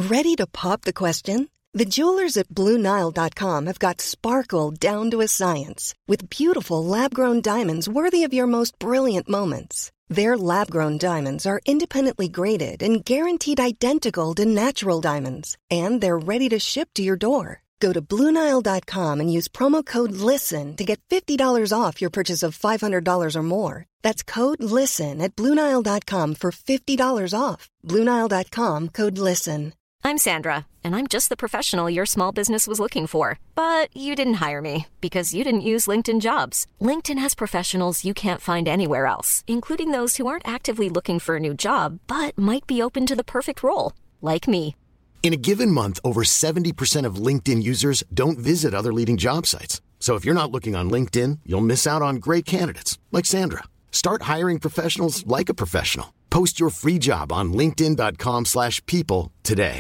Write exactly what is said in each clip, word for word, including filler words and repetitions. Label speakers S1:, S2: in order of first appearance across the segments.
S1: Ready to pop the question? The jewelers at Blue Nile dot com have got sparkle down to a science with beautiful lab-grown diamonds worthy of your most brilliant moments. Their lab-grown diamonds are independently graded and guaranteed identical to natural diamonds, and they're ready to ship to your door. Go to Blue Nile dot com and use promo code LISTEN to get fifty dollars off your purchase of five hundred dollars or more. That's code LISTEN at Blue Nile dot com for fifty dollars off. Blue Nile dot com, code LISTEN.
S2: I'm Sandra, and I'm just the professional your small business was looking for. But you didn't hire me because you didn't use LinkedIn Jobs. LinkedIn has professionals you can't find anywhere else, including those who aren't actively looking for a new job, but might be open to the perfect role, like me.
S3: In a given month, over seventy percent of LinkedIn users don't visit other leading job sites. So if you're not looking on LinkedIn, you'll miss out on great candidates like Sandra. Start hiring professionals like a professional. Post your free job on linkedin dot com slash people today.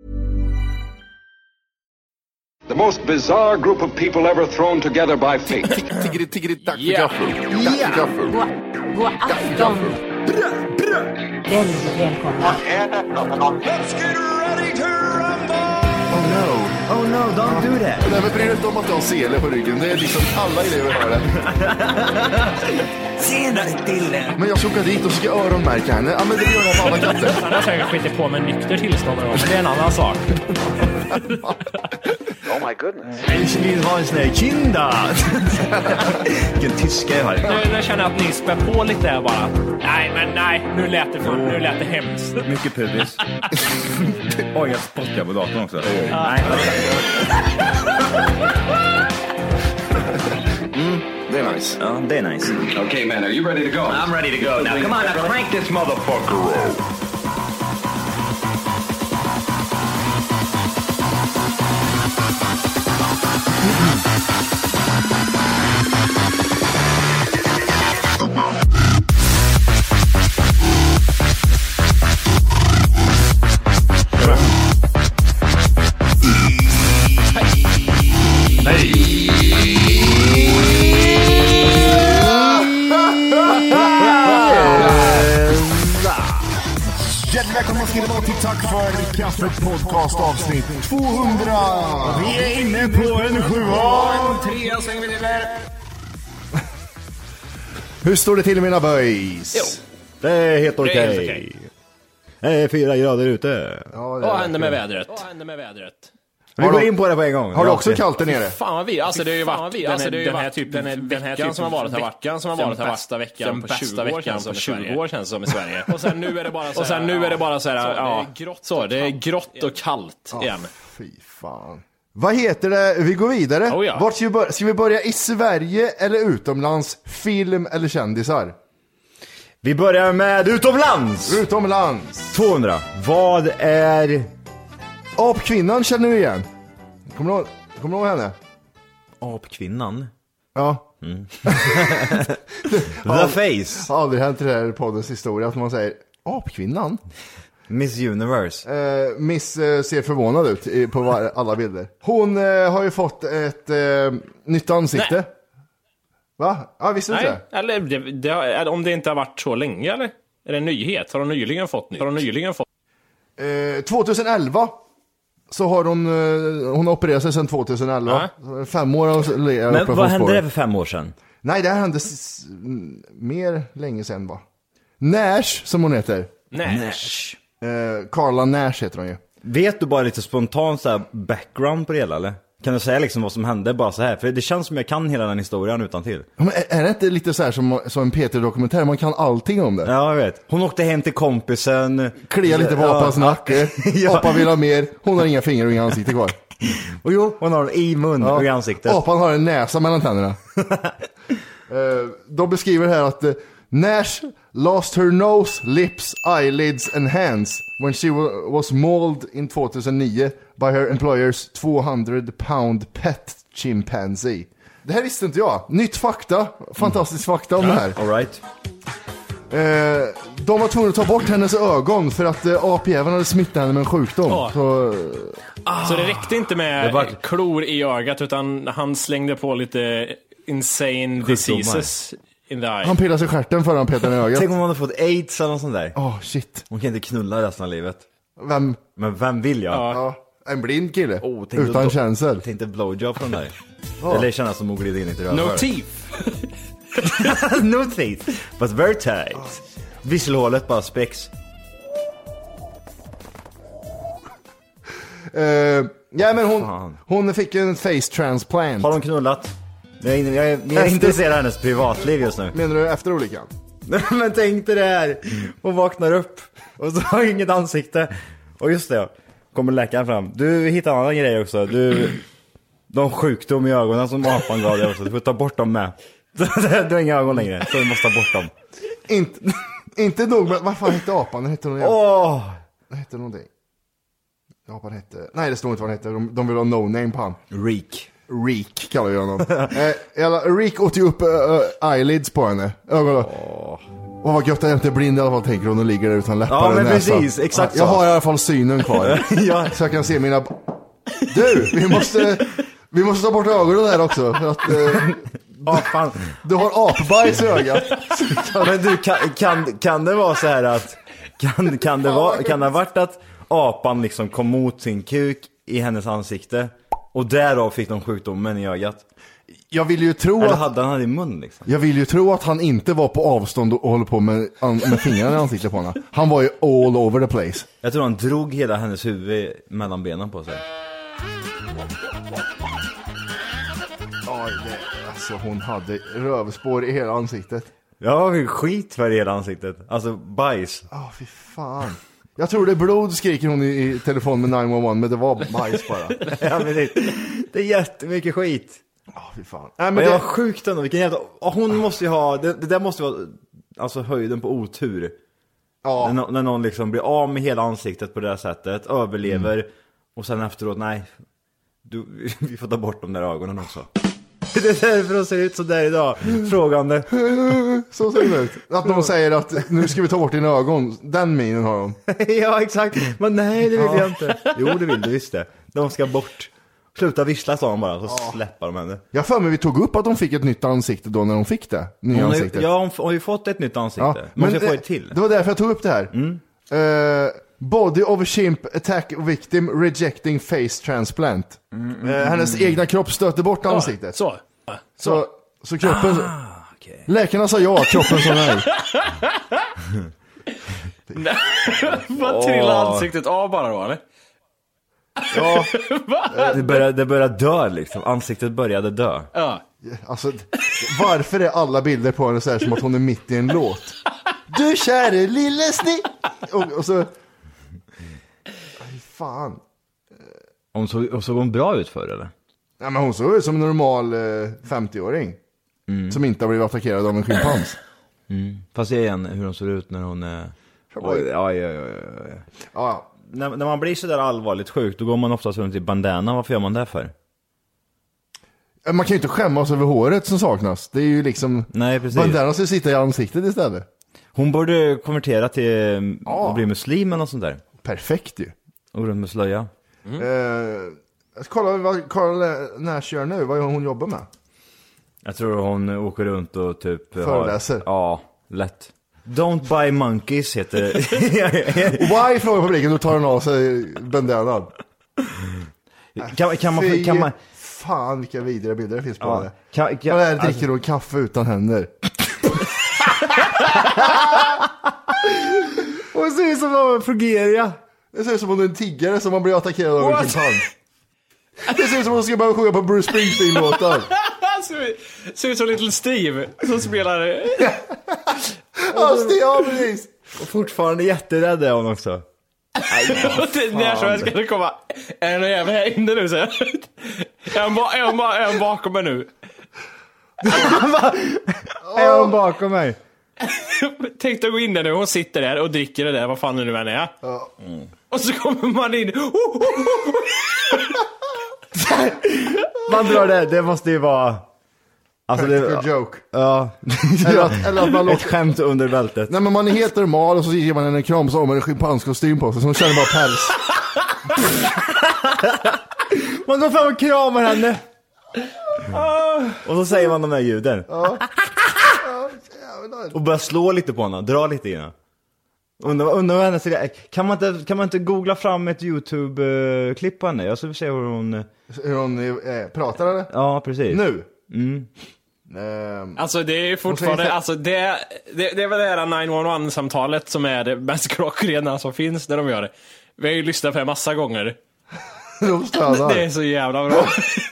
S4: The most bizarre group of people ever thrown together by fate.
S5: Tiggeri, tiggeri, dack för gaffel. Dack för gaffel.
S6: God afton. Väldigt välkomna.
S4: Let's get ready to rumble!
S7: Oh no, oh no, don't do that.
S5: Nej, men bryr dig inte om att jag har sele på ryggen. Det är liksom alla elever har det.
S7: Senare till det.
S5: Men jag ska åka dit och ska öronmärka henne. Ja, men det gör jag på alla katter.
S8: Han har säkert skitit på med nykter tillstånd, men det är en annan sak.
S4: Oh my goodness.
S7: Ich vill ha en sån här kinda. Vilken tyska jag har.
S8: Nu, nu känner jag att ni spär på lite här bara. Nej, men nej. Nu lät det, för, nu lät det hemskt.
S7: Mycket pubis. Oj, jag spottar på datorn också. Nej.
S5: Mm, det är nice.
S7: Ja, det är nice.
S4: Okay, man, are you ready to go?
S7: I'm ready to go. Now, come on, now crank this motherfucker up.
S5: Välkomna ska det vara till Tack för kaffet podcast avsnitt tvåhundra.
S7: Vi är inne på en sjua.
S5: Trea svänger vi ner. Hur står det till mina boys?
S8: Jo.
S7: Det är helt okej.
S8: Det är helt okej.
S7: Det är fyra grader ute.
S5: Ja, det är
S8: Vad händer med vädret? Vad händer med vädret?
S7: Vi går in på det på en gång.
S5: Har du också kallt där nere?
S8: Fan vad vi, alltså det har ju varit den här, alltså, den här typ den här, den här veckan som har varit här veckan som har varit här bästa veckan på tjugo år känns som tjugo år känns som i Sverige. Och sen nu är det bara så här, och sen nu är det bara så här, ja, så det är grått och kallt igen.
S5: Fy fan. Vad heter det? Vi går vidare.
S8: Oh, ja.
S5: Vart ska vi börja? Ska vi börja i Sverige eller utomlands? Film eller kändisar?
S7: Vi börjar med utomlands.
S5: Utomlands.
S7: tvåhundra. Vad är
S5: Apkvinnan känner du igen? Kommer du ihåg, kommer du ihåg henne?
S7: apkvinnan?
S5: Ja.
S7: Mm. The Face.
S5: Det har aldrig hänt i det här poddens historia att man säger apkvinnan.
S7: Miss Universe.
S5: Eh, Miss eh, ser förvånad ut i, på var, alla bilder. Hon eh, har ju fått ett eh, nytt ansikte. Nej. Va? Ja, visste du inte?
S8: Eller det, det, om det inte har varit så länge, eller? Är det en nyhet? Har hon nyligen fått nytt? Har hon nyligen fått?
S5: Eh, tjugoelva så har hon eh, hon har opererat sig sedan tjugoelva. Ja. Fem år har hon le-
S7: Men vad hände det för fem år sedan?
S5: Nej, det här hände s- m- mer länge sedan, va? Nash, som hon heter.
S8: Nash.
S5: Eh, Carla Nash heter hon ju.
S7: Vet du bara lite spontant så här background på det hela, eller? Kan du säga liksom vad som hände bara så här? För det känns som jag kan hela den historien utan till.
S5: Ja, men är, är det inte lite så här som, som en P T-dokumentär? Man kan allting om det.
S7: Ja, jag vet. Hon åkte hem till kompisen.
S5: Klia lite på apans nacke.
S7: Ja.
S5: Apan vill ha mer. Hon har inga fingrar och inga ansikte kvar.
S7: Och jo, hon har i mun
S5: Ja.
S7: och i ansiktet.
S5: Apan har en näsa mellan tänderna. uh, de beskriver här att uh, Nash lost her nose, lips, eyelids and hands when she wa- was mauled in tjugohundranio by her employer's two hundred pound pet chimpanzee. Det här visste inte jag. Nytt fakta. Fantastisk fakta om det här.
S7: All right.
S5: Eh, de var tvungna att ta bort hennes ögon för att eh, apjäveln hade smittat henne med en sjukdom.
S8: Ja.
S5: Så,
S8: Ah. Så det räckte inte med
S7: var...
S8: klor i ögat, utan han slängde på lite insane diseases in the eye.
S5: han pillade sig i stjärten för han petade i ögat.
S7: Tänk om hon hade fått AIDS eller något sånt där.
S5: Åh, oh, shit.
S7: Hon kan inte knulla resten av livet.
S5: Vem?
S7: Men vem vill jag?
S5: Ja. Ja. En blind kille.
S7: Oh,
S5: utan känsel.
S7: Jag tänkte blowjob från dig. Ja. Eller kännas som att glida in i ett rövhål.
S8: No teeth.
S7: No teeth, but very tight. Oh. Visselhålet bara spex.
S5: Uh, ja men hon, hon fick en face transplant.
S7: Har de knullat? Jag är, jag är mer efter... intresserad av hennes privatliv just nu.
S5: Menar du efter olyckan?
S7: Men tänk dig det här. Hon vaknar upp och så har inget ansikte. Och just det, kommer läkaren fram. Du hittar en annan grej också. Du, de sjukdom i ögonen som apan gav dig också. Du får ta bort dem med. Du har inga ögon längre, så du måste ta bort dem.
S5: Inte, inte nog med, vad fan hette apan? Den hette någon jävla...
S7: Åh!
S5: Den hette någonting. Apan hette... Nej, det står inte vad den hette. De, de vill ha no-name på han.
S7: Reek.
S5: Reek kallar vi honom. eh, eller, Reek åt ju upp uh, uh, eyelids på henne. Ögonen. Åh, oh, vad gött att jag inte är blind i alla fall, tänker hon och ligger där utan läppar.
S7: Ja, men näsan. Precis, exakt
S5: ja,
S7: så.
S5: Jag har i alla fall synen kvar. Ja. Så jag kan se mina... Du, vi måste... Vi måste ta bort ögonen där också. För att... Uh,
S7: Ja, fan.
S5: Du har apbajs i ögat.
S7: Men du, kan, kan, kan det vara så här att kan, kan, det vara, kan det ha varit att apan liksom kom mot sin kuk i hennes ansikte och därav fick de sjukdomen i ögat?
S5: Jag vill ju tro
S7: Eller
S5: att
S7: hade han det i mun liksom?
S5: Jag vill ju tro att han inte var på avstånd och håller på med, med fingrarna i ansiktet på henne. Han var ju all over the place.
S7: Jag tror han drog hela hennes huvud mellan benen på sig.
S5: Oj, det, alltså hon hade rövspår i hela ansiktet.
S7: Ja, skit för hela ansiktet. Alltså bajs.
S5: Ja, oh, fy fan. Jag tror det är blod, skriker hon i, i telefon med nio ett ett, men det var bajs bara.
S7: Ja, men det, det är jättemycket skit.
S5: Ja, oh, fy fan.
S7: Nej, men det var sjukt ändå. Vilken jävla... Hon måste ju ha... Det, det där måste vara alltså höjden på otur. Ja. När, när någon liksom blir av med hela ansiktet på det här sättet, överlever mm. och sen efteråt, nej, du, vi får ta bort de där ögonen också. Det är därför de ser ut så där idag. Frågande.
S5: Så ser det ut. Att de säger att nu ska vi ta bort dina ögon. Den minen har de.
S7: Ja, exakt. Men nej, det vill ja. jag inte. Jo, det vill du visst det. De ska bort. Sluta vissla, sa de bara. Så ja. släpper de henne.
S5: Jag för mig vi tog upp att de fick ett nytt ansikte då när de fick det. Nya
S7: hon
S5: ansiktet.
S7: Ja, hon har ju fått ett nytt ansikte. Ja. Men måste få ett till.
S5: Det var därför jag tog upp det här. Mm. Uh, Body of a chimp attack victim rejecting face transplant. Mm, mm, uh, hennes mm. egna kropp stötte bort ansiktet.
S8: Så.
S5: Så, så, så kroppen...
S7: Ah, okay.
S5: Läkarna sa ja, kroppen sa nej.
S8: Vad trillar ansiktet av bara då, eller?
S5: Ja.
S7: det, började, det började dö liksom. Ansiktet började dö.
S8: Ja.
S5: Alltså, varför är alla bilder på henne så här som att hon är mitt i en låt? Du käre lille snitt. Och, och så... Aj, fan.
S7: Hon såg, och såg hon bra ut för eller?
S5: Ja, men hon såg ut som en normal eh, femtio-åring. Mm. Som inte har blivit attackerad av en schimpans.
S7: Mm. Fast igen hur hon ser ut när hon är... Oj, ja, ja, ja, ja.
S5: Ja.
S7: När, när man blir så där allvarligt sjuk, då går man oftast runt i bandana. Varför gör man det för?
S5: Man kan ju inte skämmas över håret som saknas. Det är ju liksom...
S7: Nej, precis.
S5: Bandana ska sitta i ansiktet istället.
S7: Hon borde konvertera till ja. att bli muslim eller något sånt där.
S5: Perfekt ju.
S7: Och runt med slöja.
S5: Mm. Eh, kolla vad Carl Nash gör nu. Vad hon jobbar med.
S7: Jag tror hon åker runt och typ...
S5: Föreläser.
S7: Har, ja, lätt. Don't buy monkeys heter
S5: Why frågar publiken, då tar den av sig bandanan.
S7: Kan, kan, man, kan man...
S5: Fan, vilka vidriga bilder det finns på
S7: ja.
S5: det.
S7: Kan, kan,
S5: där dricker alltså... hon kaffe utan händer.
S7: Hon ser ut som en Frugeria.
S5: Det ser ut som hon är en tiggare som man blir attackerad av en chimpans. Det ser ut som hon ska börja sjunga på Bruce Springsteen-låtar.
S8: Ser ut som Little Steve som spelar.
S5: Ja, Steve, precis.
S7: Och fortfarande jätterädd är hon också.
S8: Nej, när så ska det komma. Är det någon jävla här inne nu? Så är hon, ba- är hon, ba- är hon bakom mig nu?
S7: Är hon bakom mig?
S8: Tänk dig gå in där nu. Hon sitter där och dricker det där. Vad fan är det nu än är? Mm. Och så kommer man in.
S7: Man drar det. Det måste ju vara... Alltså
S5: practical
S7: det,
S5: joke.
S7: Ja. Eller att, eller att man låter... Ett skämt under bältet.
S5: Nej, men man är helt normal och så ger man en kram så har man en schimpanskostym på sig så hon känner bara päls.
S7: Man går fram och kramar henne. Och så säger man de där ljuden. Och börjar slå lite på henne. Dra lite i henne. Undrar, undrar vad hennes är. Kan man inte, kan man inte googla fram ett YouTube-klipp på henne? Jag ska se hur hon...
S5: Hur hon eh, pratar eller?
S7: Ja, precis.
S5: Nu?
S7: Mm.
S5: Um,
S8: alltså det är fortfarande säger... alltså det, det, det är väl det här nio ett ett-samtalet som är det mest klockrena som finns när de gör det. Vi har ju lyssnat på det massa gånger. Det är så jävla bra.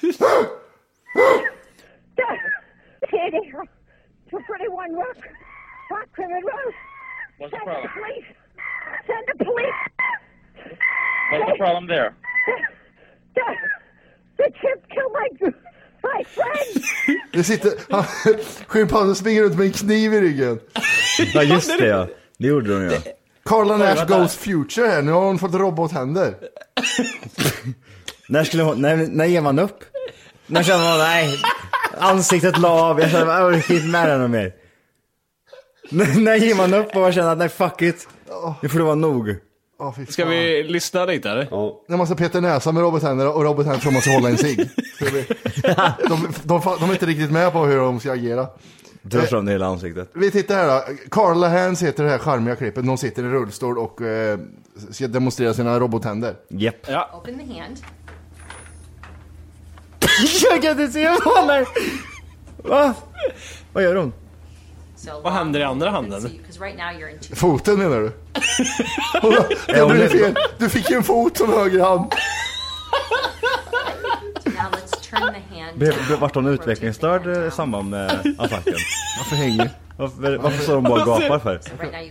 S9: What's the problem? Send the police. What's the problem there? The, the chip killed my my friend.
S5: Det sitter han, schimpansen springer runt med en kniv i ryggen.
S7: Ja just det ja. Det gjorde hon ja.
S5: Carla Nash goes future här. Nu har hon fått robothänder.
S7: När skulle hon, när, när ger man upp? När känner man nej. Ansiktet la av. Jag känner jag orkar inte med henne mer. När ger man upp och man känner att nej fuck it. Det får det vara nog.
S5: Oh,
S8: ska vi lyssna lite eller?
S5: Ja. När man ska peta näsa med robothänder och robothänder tror man ska hålla en sig. de, de, de, de är inte riktigt med på hur de ska agera.
S7: Dra fram det hela ansiktet.
S5: Vi tittar här då. Carla Hands heter det här charmiga klippet. De sitter i rullstol och eh, ska demonstrera sina robothänder.
S7: Japp. Yep.
S6: Ja. Open the hand.
S7: Jag kan inte se vad hon är. Va? Vad gör hon?
S8: So vad händer i andra handen?
S6: Right
S5: foten menar du? Hon, du, fel. Du fick ju en fot som höger hand.
S7: Vart hon utvecklingsstörd i samband med attacken?
S5: Varför hänger?
S7: Varför, varför står de bara gapar för?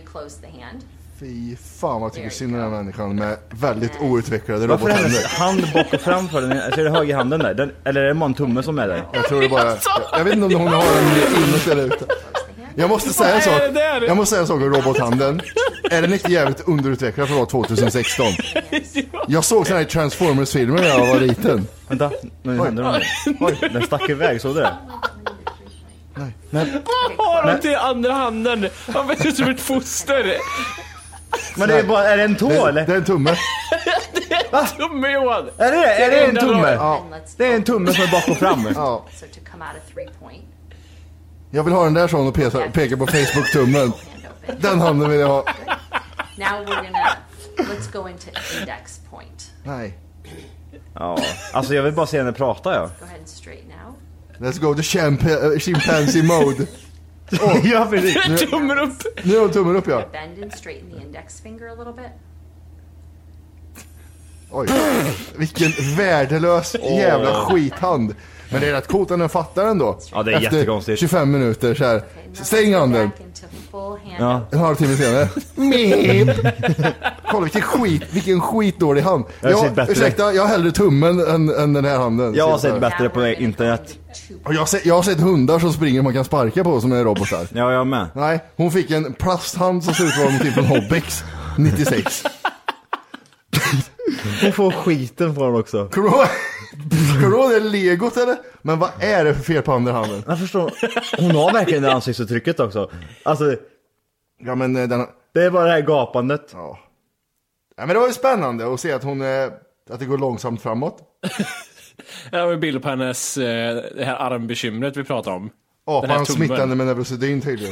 S5: Fy fan vad jag tycker synd om den här människan med väldigt outvecklade
S7: varför
S5: robothänder.
S7: Varför hand bak och fram för den? Är det höger handen där? Den, eller är det en tumme som är där?
S5: Jag tror det bara... Jag, jag vet inte om hon har den inne eller ute. Jag måste säga en sak. Jag måste säga en sak om robothanden. Är den inte jävligt underutvecklad för att vara tjugohundrasexton? Jag såg såna här Transformers-filmer när jag var liten.
S7: Vänta, nu händer de. Oj, den stack iväg, så det.
S5: Nej.
S8: Men, vad har de till andra handen? Han vet ju som ett foster.
S7: Men det är bara, är det en tå
S5: det,
S7: eller?
S5: Det är en tumme.
S8: Det är en tumme, Johan.
S7: Är det, är det en tumme? Ja. Det är en tumme som är bak och fram.
S5: Ja. Jag vill ha den där sån och peka, peka på Facebook-tummen. Den handen vill jag ha.
S6: Now we're gonna let's go into index point.
S5: Nej.
S7: Ja, alltså jag vill bara se henne prata ja.
S6: Go ahead and straight now.
S5: Let's go to chimp- uh, chimpanzee mode.
S7: Oh, ja, precis.
S8: Tummen upp.
S5: Nu är tummen upp, ja.
S6: Bend and straighten the index finger a little bit.
S5: Oj, vilken värdelös jävla skithand. Men det är rätt coolt att den fattar ändå.
S7: Ja, det är
S5: efter
S7: jättekonstigt.
S5: tjugofem minuter så här. Stäng handen.
S7: Ja.
S5: En halvtimme senare. Kolla vilken skit, vilken skitdålig hand.
S7: Jag, jag,
S5: ursäkta, jag har hellre tummen än, än den här handen.
S7: Jag har sett bättre på internet.
S5: Och jag, har sett, jag har sett hundar som springer man kan sparka på som är robotar.
S7: Ja, jag med.
S5: Nej, hon fick en plasthand som ser ut som någonting från Hobbex nittiosex.
S7: Hon får skiten på den också.
S5: Kommer du är legot eller? Men vad är det för fel på andra handen?
S7: Jag förstår. Hon har verkligen det ansiktsuttrycket också. Alltså,
S5: ja, men den...
S7: det är bara det här gapandet.
S5: Ja. Ja, men det var ju spännande att se att hon är, att det går långsamt framåt.
S8: Jag har en bild på hennes det här armbekymret vi pratar om.
S5: Ja, han smittande med neurosedyn tydligen.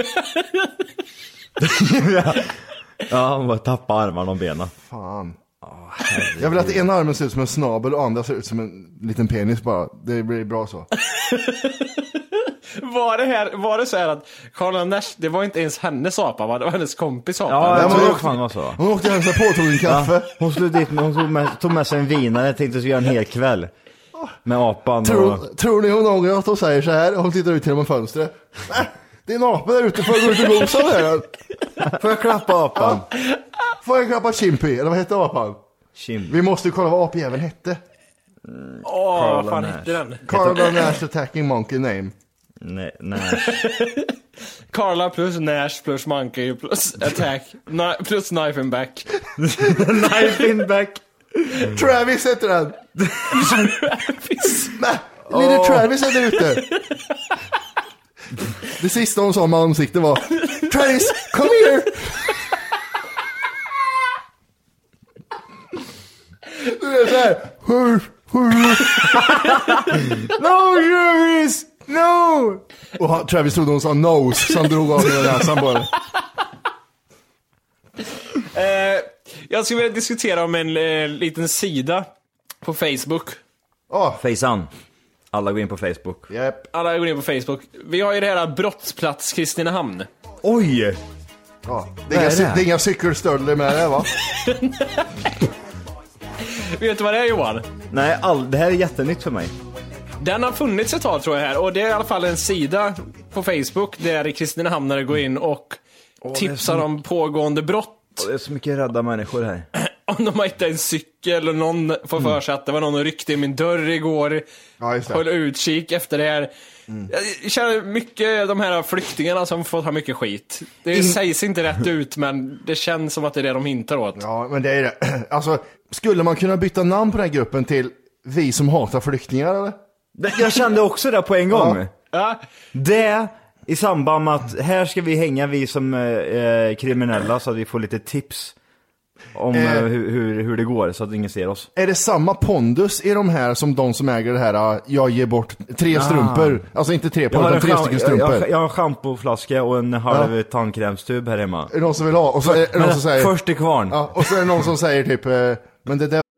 S7: ja. Ja, hon bara tappar armarna och benen.
S5: Fan. Oh, jag vill att ena armen ser ut som en snabel och andra ser ut som en liten penis bara. Det blir bra så.
S8: Var det här var det så här att Carla Nash, det var inte ens hennes apa, va? Det var hennes kompis apa.
S7: Ja, jag
S5: tror
S7: det fan var så.
S5: Hon åkte hem på och tog en kaffe.
S7: Ja, hon slog dit, hon tog med, tog med sig en vinare. Jag tänkte att göra en hel kväll med apan.
S5: Tror,
S7: och...
S5: tror ni hon ångrar att hon säger så här? Hon tittar ut genom fönstret. Äh, det är en apa där ute, får jag gå ut och gosa där? Får jag klappa apan? Får jag klappa Chimpy? Eller vad heter apan?
S7: Chimpy.
S5: Vi måste kolla vad apjäveln hette.
S8: Åh, mm. oh, vad fan hette den?
S5: Carla Nash attacking monkey name.
S7: Nej, nej.
S8: Carla plus Nash plus monkey plus attack Ni- plus knife in back.
S7: Knife in back.
S5: Travis heter den.
S8: Travis.
S5: Nej, lille oh. Travis är där ute. Det sista hon sa med ansiktet var Travis, come here. Du är så här. Hur, hur.
S7: No, Travis. No!
S5: Och han, Travis trodde hon sa nose, så han drog av hela näsan bara.
S8: Eh, jag skulle vilja diskutera om en eh, liten sida på Facebook.
S7: Oh. Facean. Alla går in på Facebook.
S5: Yep.
S8: Alla går in på Facebook. Vi har ju det här brottsplats Kristinehamn.
S7: Oj!
S5: Ja, det, är inga, det? det är inga cykelstölder med det, va?
S8: Vet du vad det är, Johan?
S7: Nej, all, det här är jättenytt för mig.
S8: Den har funnits ett tag, tror jag, här. Och det är i alla fall en sida på Facebook där Kristinehamnare går in och oh, tipsar så... om pågående brott.
S7: Oh, det är så mycket rädda människor här.
S8: Om de har hittat en cykel och någon får för sig att det var någon som ryckte i min dörr igår.
S5: Ja, just det.
S8: Håll utkik efter det här. Mm. Jag känner mycket de här flyktingarna som får ta mycket skit. Det In... sägs inte rätt ut, men det känns som att det är det de hintar åt.
S5: Ja, men det är det. Alltså, skulle man kunna byta namn på den här gruppen till Vi som hatar flyktingar, eller?
S7: Jag kände också det på en gång.
S8: Ja. Ja.
S7: Det i samband med att här ska vi hänga vi som eh, kriminella så att vi får lite tips om eh, hur, hur, hur det går så att ingen ser oss.
S5: Är det samma pondus i de här som de som äger det här jag ger bort tre ah. strumpor? Alltså inte tre par, utan tre stycken strumpor.
S7: Jag, jag har en schampoflaska och en halv ja. tandkrämstub här hemma.
S5: Är det någon som vill ha? Och så är det någon som säger,
S7: först i kvarn.
S5: Ja, och så är det någon som säger typ men det där.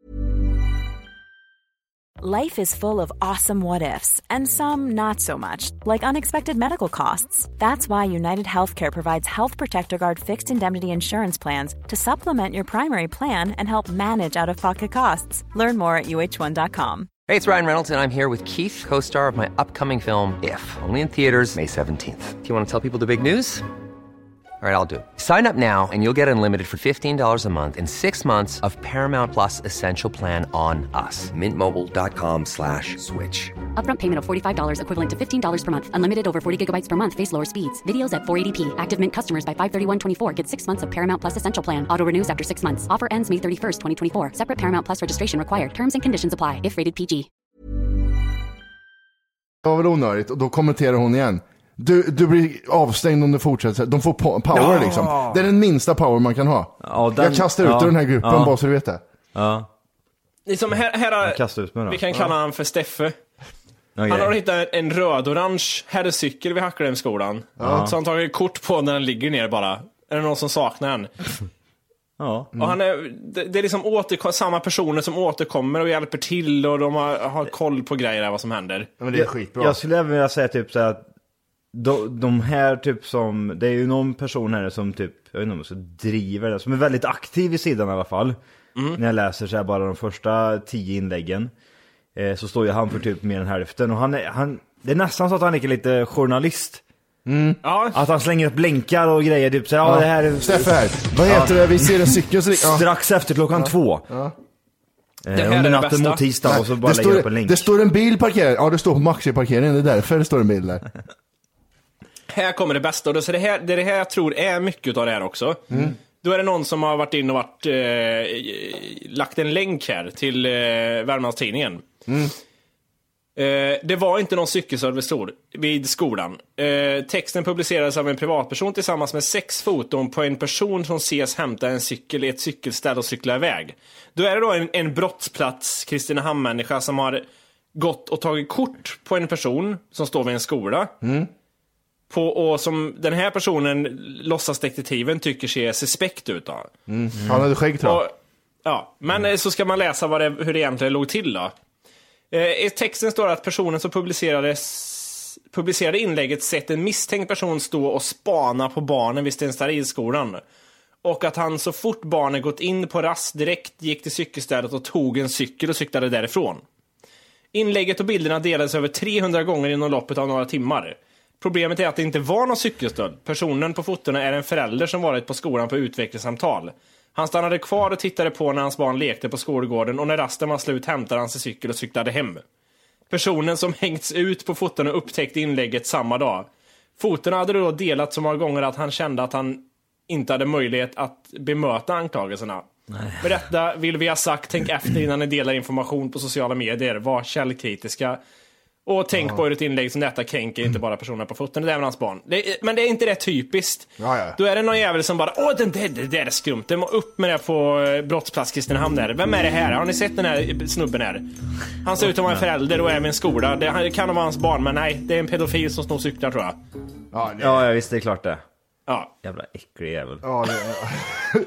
S10: Life is full of awesome what-ifs, and some not so much, like unexpected medical costs. That's why United Healthcare provides Health Protector Guard fixed indemnity insurance plans to supplement your primary plan and help manage out-of-pocket costs. Learn more at U H one dot com.
S11: Hey, it's Ryan Reynolds, and I'm here with Keith, co-star of my upcoming film, If, only in theaters May seventeenth. Do you want to tell people the big news? All right, I'll do it. Sign up now and you'll get unlimited for fifteen dollars a month and six months of Paramount Plus Essential Plan on us. Mint Mobile dot com slash switch.
S12: Upfront payment of forty-five dollars equivalent to fifteen dollars per month. Unlimited over forty gigabytes per month. Face lower speeds. Videos at four eighty p. Active Mint customers by five thirty-one twenty-four get six months of Paramount Plus Essential Plan. Auto renews after six months. Offer ends May thirty-first, twenty twenty-four. Separate Paramount Plus registration required. Terms and conditions apply if rated P G.
S5: Det var väl onödigt och då kommenterar hon igen. Du, du blir avstängd om du fortsätter. De får power ja. liksom. Det är den minsta power man kan ha. Ja, den, jag kastar ut ja, den här gruppen ja. bara så du vet det.
S7: Ja.
S8: Liksom här, här
S7: ut med
S8: vi kan kalla ja. han för Steffe.
S7: Okay.
S8: Han har hittat en röd-orange herrcykel vid Hacklem-skolan. Ja. Så han tar kort på när den ligger ner bara. Är det någon som saknar den?
S7: Ja.
S8: Mm. Och han är, det, det är liksom återkom, samma personer som återkommer och hjälper till och de har, har koll på grejer vad som händer.
S5: Ja, men det är skitbra.
S7: Jag, jag skulle även vilja säga typ så att De, de här typ som det är ju någon person här som typ jag vet inte, så driver det, som är väldigt aktiv i sidan i alla fall. Mm. När jag läser så här bara de första tio inläggen eh, så står ju han för typ mer än hälften och han är, han, det är nästan så att han är lite journalist.
S5: Mm.
S7: Ja. Att han slänger upp länkar och grejer typ så ja, ja det här är
S5: Steffe här. Vad heter ja. det? Vi ser en cykel så ja.
S7: strax efter klockan ja. två. Ja. Eh,
S8: det här är
S7: natten mot tisdag och så bara lägger upp en länk.
S5: Det står en bil parkerad. Ja, det står på Maxi-parkeringen, det är därför det står en bil där.
S8: Här kommer det bästa. Och det, så det, här, det är det här jag tror är mycket av det här också. Mm. Då är det någon som har varit in och varit, eh, lagt en länk här till eh, Värmlandstidningen. Mm. Eh, det var inte någon cykelservice vid skolan. Eh, texten publicerades av en privatperson tillsammans med sex foton på en person som ses hämta en cykel i ett cykelställ och cykla iväg. Då är det då en, en brottsplats Kristinehamn-människa som har gått och tagit kort på en person som står vid en skola.
S5: Mm.
S8: På, och som den här personen låtsasdetektiven tycker ser suspekt ut då.
S5: Mm. Han hade skägg tror jag.
S8: Ja, men mm. så ska man läsa vad det, hur det egentligen låg till då. Eh, I texten står det att personen som publicerades, publicerade inlägget sett en misstänkt person stå och spana på barnen vid Stenstaridskolan. Och att han så fort barnen gått in på rast direkt gick till cykelstället och tog en cykel och cyklade därifrån. Inlägget och bilderna delades över trehundra gånger inom loppet av några timmar. Problemet är att det inte var någon cykelstöld. Personen på fotona är en förälder som varit på skolan på utvecklingssamtal. Han stannade kvar och tittade på när hans barn lekte på skolgården och när rasten var slut hämtade han sin cykel och cyklade hem. Personen som hängts ut på fotona upptäckte inlägget samma dag. Fotona hade då delat så många gånger att han kände att han inte hade möjlighet att bemöta anklagelserna. Nej. Med detta vill vi ha sagt, tänk efter innan ni delar information på sociala medier. Var källkritiska. Och tänk ja. på hur ett inlägg som detta kränker inte bara personer på foten, det är även hans barn. Det är, men det är inte det typiskt.
S5: Ja, ja.
S8: Då är det någon jävel som bara, åh det, det, det, det är skumt. Det må upp med det på brottsplats Kristinehamn där. Vem är det här? Har ni sett den här snubben här? Han ser ut att vara en förälder och är med en skola. Det kan vara hans barn, men nej, det är en pedofil som snor cyklar tror jag.
S7: Ja, det... ja, jag visste det är klart det.
S8: Ja.
S7: Jävla äcklig jävel.
S5: Ja, det är...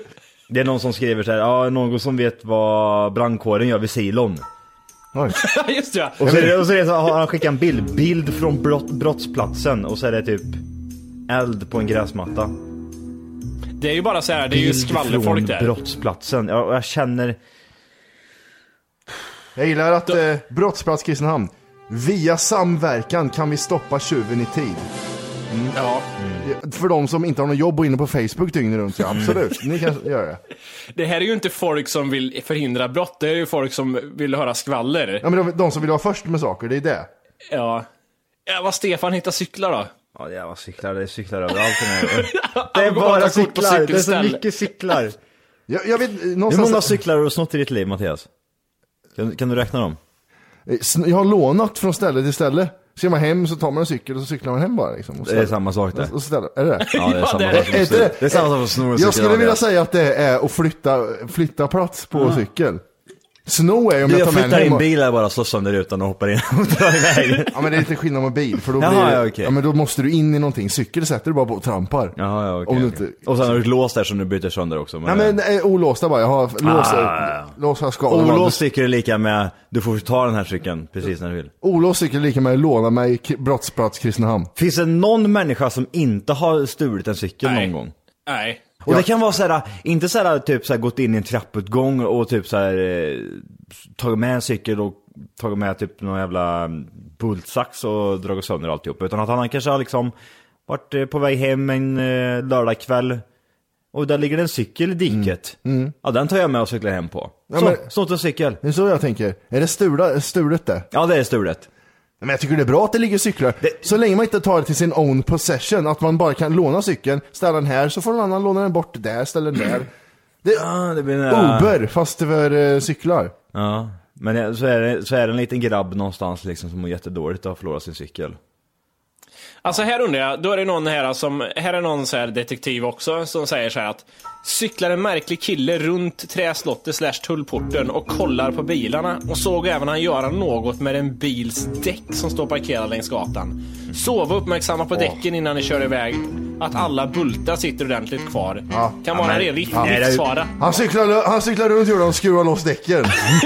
S7: Det är någon som skriver så här, ja, någon som vet vad brandkåren gör vid silon.
S5: Oj.
S8: Just det.
S7: Och så, är det, och så, är det så har han skickat en bild, bild från brott, brottsplatsen och så är det typ eld på en gräsmatta.
S8: Det är ju bara så här, det är ju skvallerfolk där.
S7: Brottsplatsen. Jag, jag känner...
S5: Jag gillar att eh, brottsplats Kristinehamn. Via samverkan kan vi stoppa tjuven i tid. Mm.
S8: Ja.
S5: Mm. För de som inte har något jobb och inne på Facebook dygnet runt, ja, absolut. Ni kan göra det.
S8: Det här är ju inte folk som vill förhindra brott. Det är ju folk som vill höra skvaller.
S5: Ja, men de, de som vill vara först med saker, det är det.
S8: Ja. Ja, vad Stefan hittar cyklar då?
S7: Ja, det är vad cyklar, det är cyklar överallt. Det är bara cyklar, det är så mycket cyklar.
S5: Jag, jag vet, någonstans...
S7: Hur många cyklar har du snott i ditt liv, Mattias? Kan, kan du räkna dem?
S5: Jag har lånat från ställe till ställe. Ser man hem så tar man en cykel och så cyklar man hem bara liksom.
S7: Det är samma sak där.
S5: Och ställer, är det det?
S7: Ja, det är samma
S5: ja,
S7: sak.
S5: Det, är, det,
S7: det är samma sak som snor och cykel.
S5: Jag skulle vilja säga att det är att flytta, flytta plats på mm. cykel. Snow är om
S7: jag,
S5: jag tar med
S7: flyttar in och... bil är bara slår sönder utan och hoppar in och drar iväg.
S5: Ja, men det är lite skillnad med bil. För då,
S7: Jaha,
S5: blir det,
S7: ja, okay.
S5: ja, men då måste du in i någonting. Cykel sätter du bara på och trampar.
S7: Jaha, ja, okay, okay. Inte... Och sen har du ett lås där som du byter sönder också.
S5: Men... Nej, men äh, olåsta bara. Jag har lås, ah, ja. lås har skadat.
S7: Olås cykel är lika med du får ta den här cykeln precis när du vill.
S5: Olås cykel är lika med att låna mig brottsplats Kristinehamn.
S7: Finns det någon människa som inte har stulit en cykel
S8: Nej.
S7: någon gång?
S8: Nej.
S7: Och ja. Det kan vara så här, inte så här typ så här, gått in i en trapputgång och typ så här eh, tagit med en cykel och tagit med typ någon jävla bultsax och dragit sönder alltihop, utan att han kanske har liksom varit eh, på väg hem en eh, lördagkväll och där ligger en cykel i diket. Mm. Mm. Ja, den tar jag med och cyklar hem på. Ja, så, men, så en cykel.
S5: Det är så jag tänker. Är det stulet, stulet det?
S7: Ja, det är stulet.
S5: Men jag tycker det är bra att det ligger cyklar. Det... Så länge man inte tar det till sin own possession. Att man bara kan låna cykeln, ställa den här, så får någon annan låna den bort där, ställa den där. Det är
S7: ja, det blir nära...
S5: Uber, fast för uh, cyklar.
S7: Ja, men så är, det, så är det en liten grabb någonstans liksom, som är jättedåligt att förlora sin cykel.
S8: Alltså här undrar jag, då är det någon här som, här är någon så här detektiv också som säger så här att cyklar en märklig kille runt träslottet slash tullporten och kollar på bilarna och såg även han göra något med en bils däck som står parkerad längs gatan. Sova uppmärksamma på däcken innan ni kör iväg, att alla bultar sitter ordentligt kvar. Ja. Kan vara det riktigt svara.
S5: Han cyklar, han cyklar runt och skruvar loss däcken.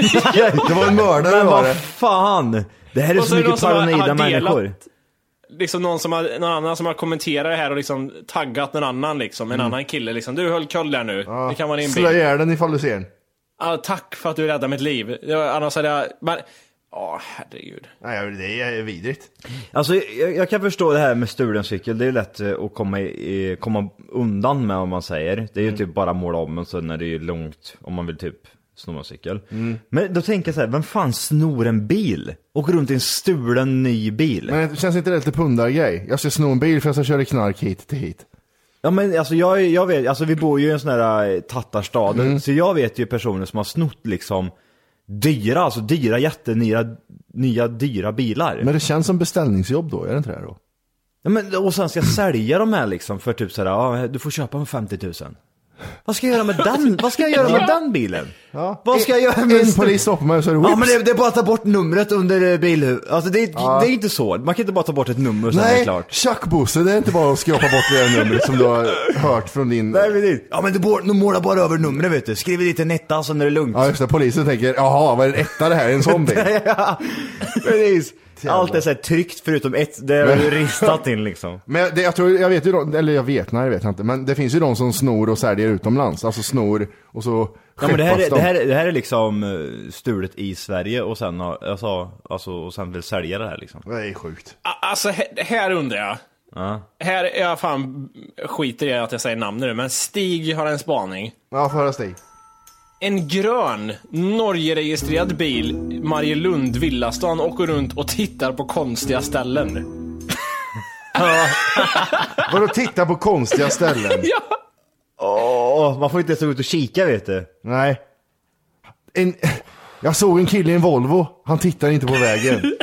S5: Det var en mördare.
S7: Men
S5: var
S7: vad fan? Det här är så, så mycket paranoida människor.
S8: Liksom någon som har, någon annan som har kommenterat det här och liksom taggat någon annan liksom, en mm. annan kille liksom, du höll koll där nu. Ja, det kan vara din
S5: bil. Slå ihjäl den ifall du ser den.
S8: Ja, tack för att du räddade mitt liv. Annars hade jag men åh, herregud.
S5: Nej, det är vidrigt.
S7: Alltså jag, jag kan förstå det här med stulen cykel. Det är ju lätt att komma i, komma undan med, om man säger. Det är ju mm. typ bara måla om, men så när det är långt om man vill typ snor cykel. Mm. Men då tänker jag så här, vem fan snor en bil? Åker runt i en stulen ny bil.
S5: Men det känns inte det lite pundargrej? Jag ska sno en bil för jag ska köra knark hit till hit.
S7: Ja, men alltså jag, jag vet, alltså vi bor ju i en sån här tattarstad, mm. så jag vet ju personer som har snott liksom dyra, alltså dyra, jättenyra, nya dyra bilar.
S5: Men det känns som beställningsjobb då, är det inte det då?
S7: Ja, men och sen ska jag sälja dem här liksom för typ så här, ja, du får köpa med femtio tusen. Vad ska jag göra med den? Vad ska jag göra med den bilen? Ja. Vad ska jag göra med
S5: en polis stoppar mig så är det
S7: ja, men det, det är bara att ta bort numret under bilhuvudet. Alltså det, ja. det är inte så. Man kan inte bara ta bort ett nummer och sen är det klart.
S5: Tjackbosse, det är inte bara att skrapa bort det numret som du har hört från din...
S7: Nej, men det... Ja, men du, du målar bara över numret, vet du. Skriver dit en etta så när det är lugnt.
S5: Ja, just det. Polisen tänker, jaha, vad är en etta det här? En sån bil?
S7: Ja, precis. Allt är så här tryckt förutom ett, det är ju ristat in liksom.
S5: Men det, jag tror, jag vet ju, eller jag vet, nej jag vet inte. Men det finns ju de som snor och säljer utomlands. Alltså snor och så
S7: ja, men det här, är, det, här, det här är liksom stulet i Sverige och sen, alltså, alltså, och sen vill sälja det här liksom.
S5: Det är sjukt.
S8: Alltså här, här undrar jag. Ja. Här är jag fan skiter i att jag säger namn nu, men Stig har en spaning.
S5: Ja, förra Stig.
S8: En grön, Norge-registrerad bil, Marielund, Villastan, åker runt och tittar på konstiga ställen.
S5: Vadå titta på konstiga ställen?
S8: Ja.
S7: Åh, man får inte så ut och kika, vet du.
S5: Nej. En, jag såg en kille i en Volvo. Han tittar inte på vägen.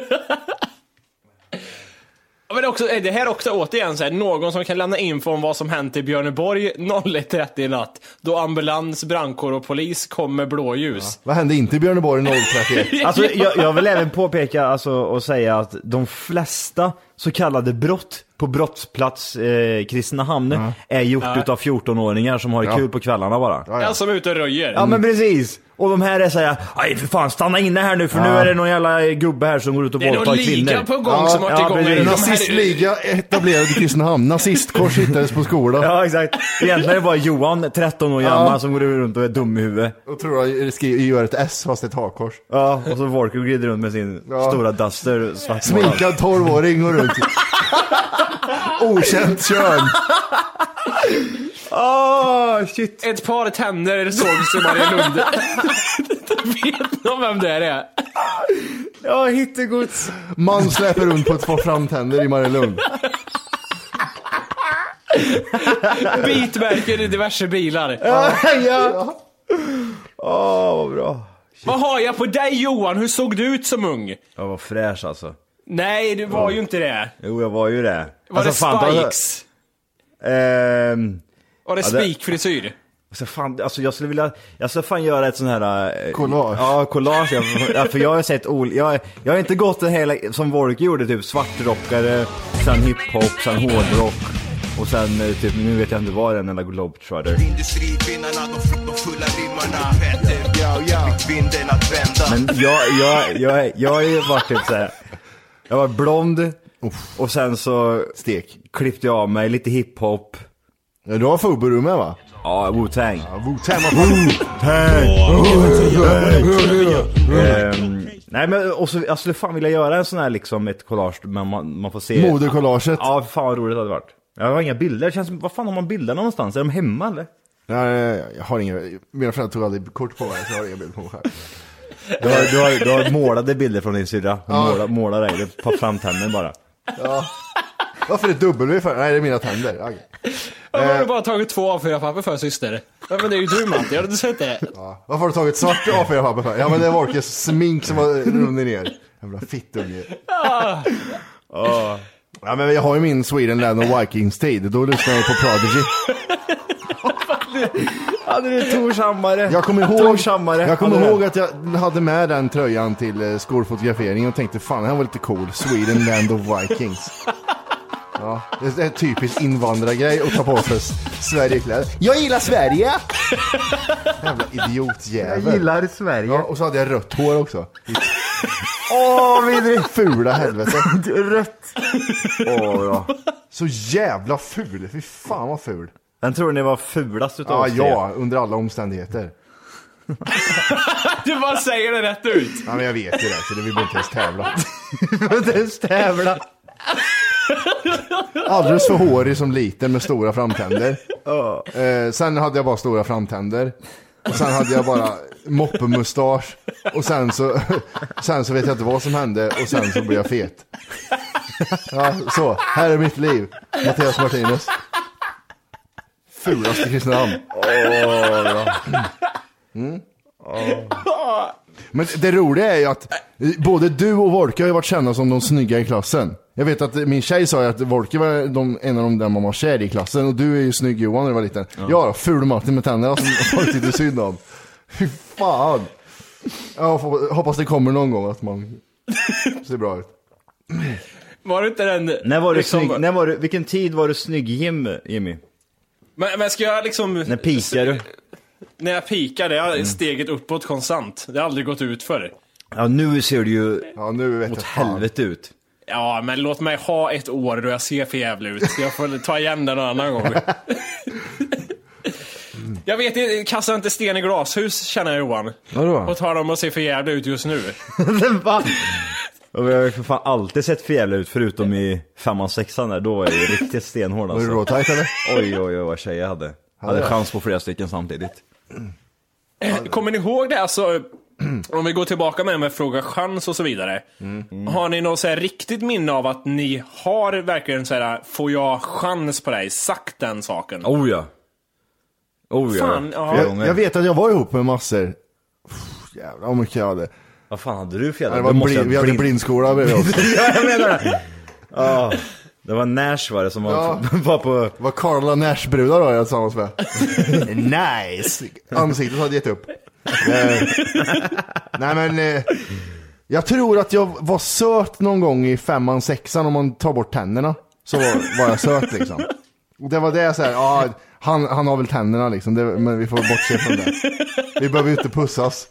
S8: Men också, är det här också återigen så här, någon som kan lämna info om vad som hänt i Björneborg noll ett trettio i natt, då ambulans, brandkår och polis kom med blåljus.
S5: Ja. Vad hände inte i Björneborg noll trettioett?
S7: Alltså jag, jag vill även påpeka alltså, och säga att de flesta så kallade brott på brottsplats eh, Kristinehamn ja. är gjort ja. utav fjorton-åringar som har det ja. kul på kvällarna bara.
S8: Ja, ja. som är ute och röjer.
S7: Ja, men precis. Och de här är såhär, aj för fan, stanna inne här nu för ja. nu är det någon jävla gubbe här som går ut och våldtar kvinnor. Det är någon liga
S8: på gång ja, som har ja, igång.
S5: Ja, nazistliga etablerade i Kristinehamn. Nazistkors hittades på skolan.
S7: Ja, exakt. Egentligen är det bara Johan, tretton år gammal, ja. som går runt och är dum i huvudet.
S5: Och tror jag skriver, gör ett S fast ett hakkors.
S7: Ja, och så Volker glider runt med sin ja. stora duster.
S5: Sminkad tolvåring går runt. Okänt kön.
S7: Oh, shit.
S8: Ett par tänder sågs i Marielund. Vet någon vem det är?
S7: Ja, hittegods.
S5: Man släpper runt på ett par framtänder i Marielund.
S8: Bitmärken i diverse bilar.
S7: Ja, ja. Åh, oh, vad bra.
S8: Shit. Vad har jag på dig, Johan? Hur såg du ut som ung?
S7: Jag var fräsch alltså.
S8: Nej, du var ja. ju inte det.
S7: Jo, jag var ju det.
S8: Var alltså, det fan, Spikes?
S7: Ehm...
S8: Var det ja, spikfrisyr?
S7: Alltså, fan, alltså jag skulle vilja jag skulle fan göra ett sån här äh,
S5: collage.
S7: Ja, collage. Ja, för jag har sett ol jag jag har inte gått en hela som Volk gjorde typ svartrockare, sen hiphop, sen hårdrock och sen typ nu vet jag inte vad den eller Globetrotter. Industrikvinnorna de fulla rimmarna ja ja vinden att vända. Men jag jag jag jag har ju varit typ så här. Jag var blond Uff. och sen så
S5: stek
S7: klippte jag av mig lite hiphop.
S5: Ja, du har Fubu med va?
S7: Ja, Wu-Tang.
S5: Ja, Wu-Tang.
S7: Wu-Tang. Nej, men och så, jag skulle fan vilja göra en sån här liksom ett collage, men man, man får se.
S5: Modercollaget.
S7: Ja, fan vad roligt det hade varit. Jag har inga bilder. Det känns som, vad fan har man bilder någonstans? Är de hemma eller?
S5: Nej, jag har inga. Mina föräldrar tog aldrig kort på mig, så jag har inga bilder på mig själv.
S7: Du har, du har, du har målade bilder från din syrra. Ja. Måla, måla dig, det på framtänden bara.
S5: Ja. Varför är det dubbel för? Nej, det är mina tänder. Okay.
S8: Varför har du bara tagit två A fyra papper för, syster? Ja, men det är ju du, Matti. Har du inte sett det?
S5: Ja. Varför har du tagit svart A fyra papper för? Ja, men det var Volkes smink som var runnit ner. Jävla fittunge. Ja. Oh. Ja, men jag har ju min Sweden Land of Vikings tid. Då lyssnar jag på Prodigy.
S7: Hade du torsammare?
S5: Jag kommer ihåg, jag kommer ihåg att jag hade med den tröjan till skolfotografering och tänkte, fan, det här var lite cool. Sweden Land of Vikings. Ja, det är en typisk invandrargrej att ta på sig Sverigekläder. Jag gillar Sverige! Jävla idiotjävel.
S7: Jag gillar Sverige.
S5: Ja, och så hade jag rött hår också.
S7: Åh, oh, vidrigt.
S5: Fula helvete.
S7: Rött.
S5: Åh, oh, ja. Så jävla ful. Fy fan vad ful.
S7: Den tror ni var fulast utav oss?
S5: Ja, ja, under alla omständigheter.
S8: Du bara säger det rätt ut.
S5: Ja, men jag vet ju det, så det vill inte ens tävla.
S7: Vi vill inte ens tävla.
S5: Alldeles för hårig som liten med stora framtänder. Oh. eh, Sen hade jag bara stora framtänder. Och sen hade jag bara moppemustasch. Och sen så Sen så vet jag inte vad som hände. Och sen så blev jag fet. Ja, så, här är mitt liv. Mattias Martinez. Fulaste Kristinehamn. Åh, mm. Oh. Men det roliga är ju att både du och Volker har ju varit kända som de snygga i klassen. Jag vet att min tjej sa ju att Volker var de, en av de där man var kär i klassen. Och du är ju snygg, Johan, när du var liten. Ja, ja ful Martin med tänderna som folk tyckte synd om. Fy fan. Jag hoppas det kommer någon gång att man ser bra ut.
S8: Var du inte den...
S7: När var du liksom... snygg? När var du... Vilken tid var du snygg, Jim, Jimmy?
S8: Men, men ska jag liksom...
S7: När pikar du?
S8: När jag pikar, det är mm. steget uppåt konstant. Det har aldrig gått ut för.
S7: Ja, nu ser du ju
S5: ja, nu vet
S7: åt helvete ut.
S8: Ja, men låt mig ha ett år då jag ser för jävligt ut. Jag får ta igen den en annan gång. Jag vet inte, kasta inte sten i glashus, känner jag, Johan.
S5: Vadå?
S8: Och tar dem och ser för jävligt ut just nu.
S7: Och jag har för fan alltid sett för jävligt ut, förutom i femman, sexan där. Då är det riktigt stenhård alltså.
S5: Var du råtajt eller?
S7: Oj, oj, oj, vad tjejer jag hade. Jag hade chans på flera stycken samtidigt.
S8: Kommer ni ihåg det? Alltså, om vi går tillbaka med med fråga chans och så vidare. Mm. Mm. Har ni något så här riktigt minne av att ni har verkligen så här, får jag chans på dig? Sagt den saken.
S7: Oh ja. Oh ja.
S8: Fan, ja.
S5: Jag, jag vet att jag var ihop med massor. Uff, jävlar vad mycket jag hade.
S7: Vad fan hade du för jävla?
S5: Det var blind, vi hade blind... blindskola med oss.
S7: Ja, jag menar det. Ja. Det var Nash var det som
S5: ja.
S7: var, var på...
S5: Det var Carla Nash-brudar då jag tillsammans med. Nice! Ansiktet hade gett upp. eh, nej men... Eh, Jag tror att jag var söt någon gång i femman, sexan om man tar bort tänderna. Så var, var jag söt liksom. Och det var det jag sa, ja, han, han har väl tänderna liksom, det, men vi får bortse från det. Vi behöver ju inte pussas.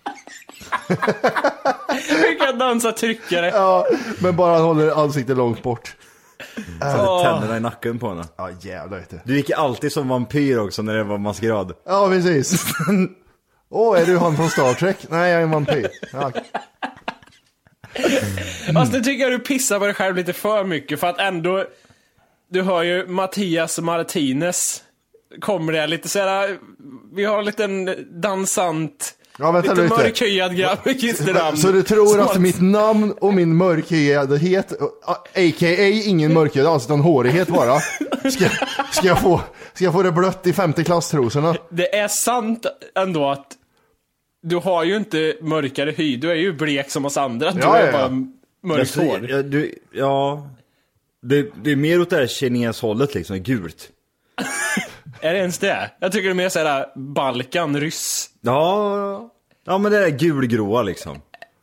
S8: Vi kan dansa tryckare.
S5: Ja, men bara håller ansiktet långt bort.
S7: Så hade tänderna i nacken på henne.
S5: Ja, jävlar vet du.
S7: Du gick alltid som vampyr också när det var maskerad.
S5: Ja, precis. Åh, oh, är du han från Star Trek? Nej, jag är en vampyr. Ja.
S8: Fast det tycker jag du pissar på dig själv lite för mycket. För att ändå, du hör ju Mattias Martinez kommer det lite såhär, vi har en liten dansant,
S5: ja, vänta,
S8: lite mörkhyad grabb med klisternamn.
S5: Så du tror att mitt namn och min mörkhyadhet, a k a ingen mörkhyad, alltså utan hårighet bara, ska, ska, jag få, ska jag få det blött i femte klasstrosorna?
S8: Det är sant ändå att du har ju inte mörkare hy, du är ju blek som oss andra. Du
S5: ja,
S8: är
S5: ja,
S8: bara
S5: ja.
S8: mörkt hår.
S7: Ja, du, ja. Det, det är mer åt det här kineshållet liksom, gult.
S8: Är det ens det? Jag tycker det är mer såhär Balkan, ryss.
S7: Ja, ja men det är gulgråa liksom.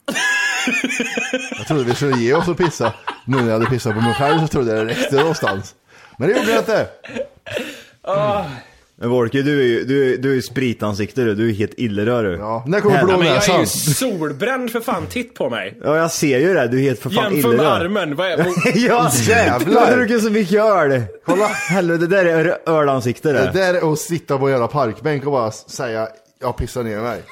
S5: Jag trodde vi skulle ge oss att pissa. Nu när jag hade pissat på mig själv så trodde jag det räckte någonstans. Men det gjorde jag inte.
S8: Oh.
S7: Men Volke, du är ju du är, du är spritansikte, du. Du är helt illerör.
S5: Ja, när kommer blå
S8: men jag
S5: näsan?
S8: är ju solbränd för fan, titt på mig.
S7: Ja, jag ser ju det, du är helt för fan
S8: jämför
S7: illerör.
S8: med armen, vad är
S7: ja, jävlar. Jag druckit så mycket öl. Kolla, helvete, det där är ölansikte där.
S5: Det där är att sitta på en jävla parkbänk och bara säga, jag pissar ner mig.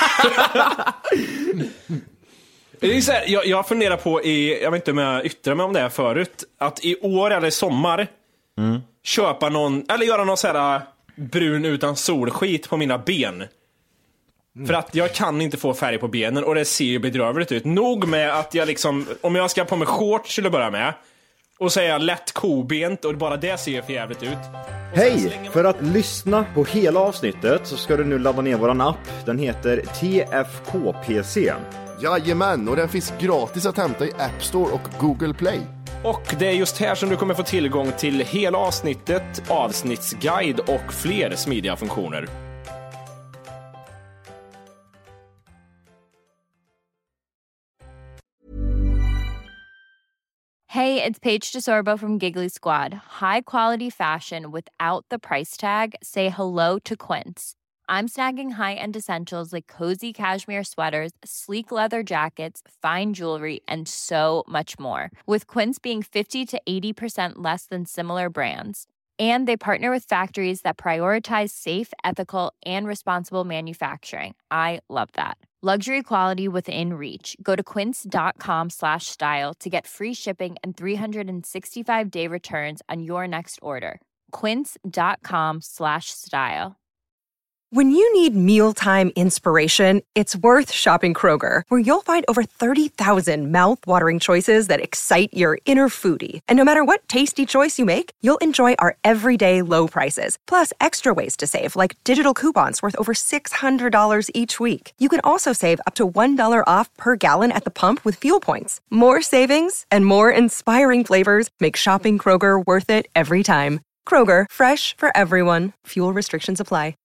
S8: Det är så här, jag, jag funderar på, i, jag vet inte om jag yttrar mig om det här förut, att i år eller sommar mm. köpa någon, eller göra någon så här brun utan solskit på mina ben. Mm. För att jag kan inte få färg på benen och det ser ju bedrövligt ut. Nog med att jag liksom, om jag ska på mig shorts till att börja med och säga lätt kobent och bara det ser för jävligt ut.
S7: Hej! För att lyssna på hela avsnittet så ska du nu ladda ner våran app. Den heter T F K P C.
S5: Jajamän, och den finns gratis att hämta i App Store och Google Play.
S8: Och det är just här som du kommer få tillgång till hela avsnittet, avsnittsguide och fler smidiga funktioner.
S13: Hey, it's Paige DeSorbo from Giggly Squad. High quality fashion without the price tag. Say hello to Quince. I'm snagging high-end essentials like cozy cashmere sweaters, sleek leather jackets, fine jewelry, and so much more. With Quince being fifty to eighty percent less than similar brands. And they partner with factories that prioritize safe, ethical, and responsible manufacturing. I love that. Luxury quality within reach. Go to quince.com slash style to get free shipping and three sixty-five day returns on your next order. Quince.com slash style.
S14: When you need mealtime inspiration, it's worth shopping Kroger, where you'll find over thirty thousand mouth-watering choices that excite your inner foodie. And no matter what tasty choice you make, you'll enjoy our everyday low prices, plus extra ways to save, like digital coupons worth over six hundred dollars each week. You can also save up to one dollar off per gallon at the pump with fuel points. More savings and more inspiring flavors make shopping Kroger worth it every time. Kroger, fresh for everyone. Fuel restrictions apply.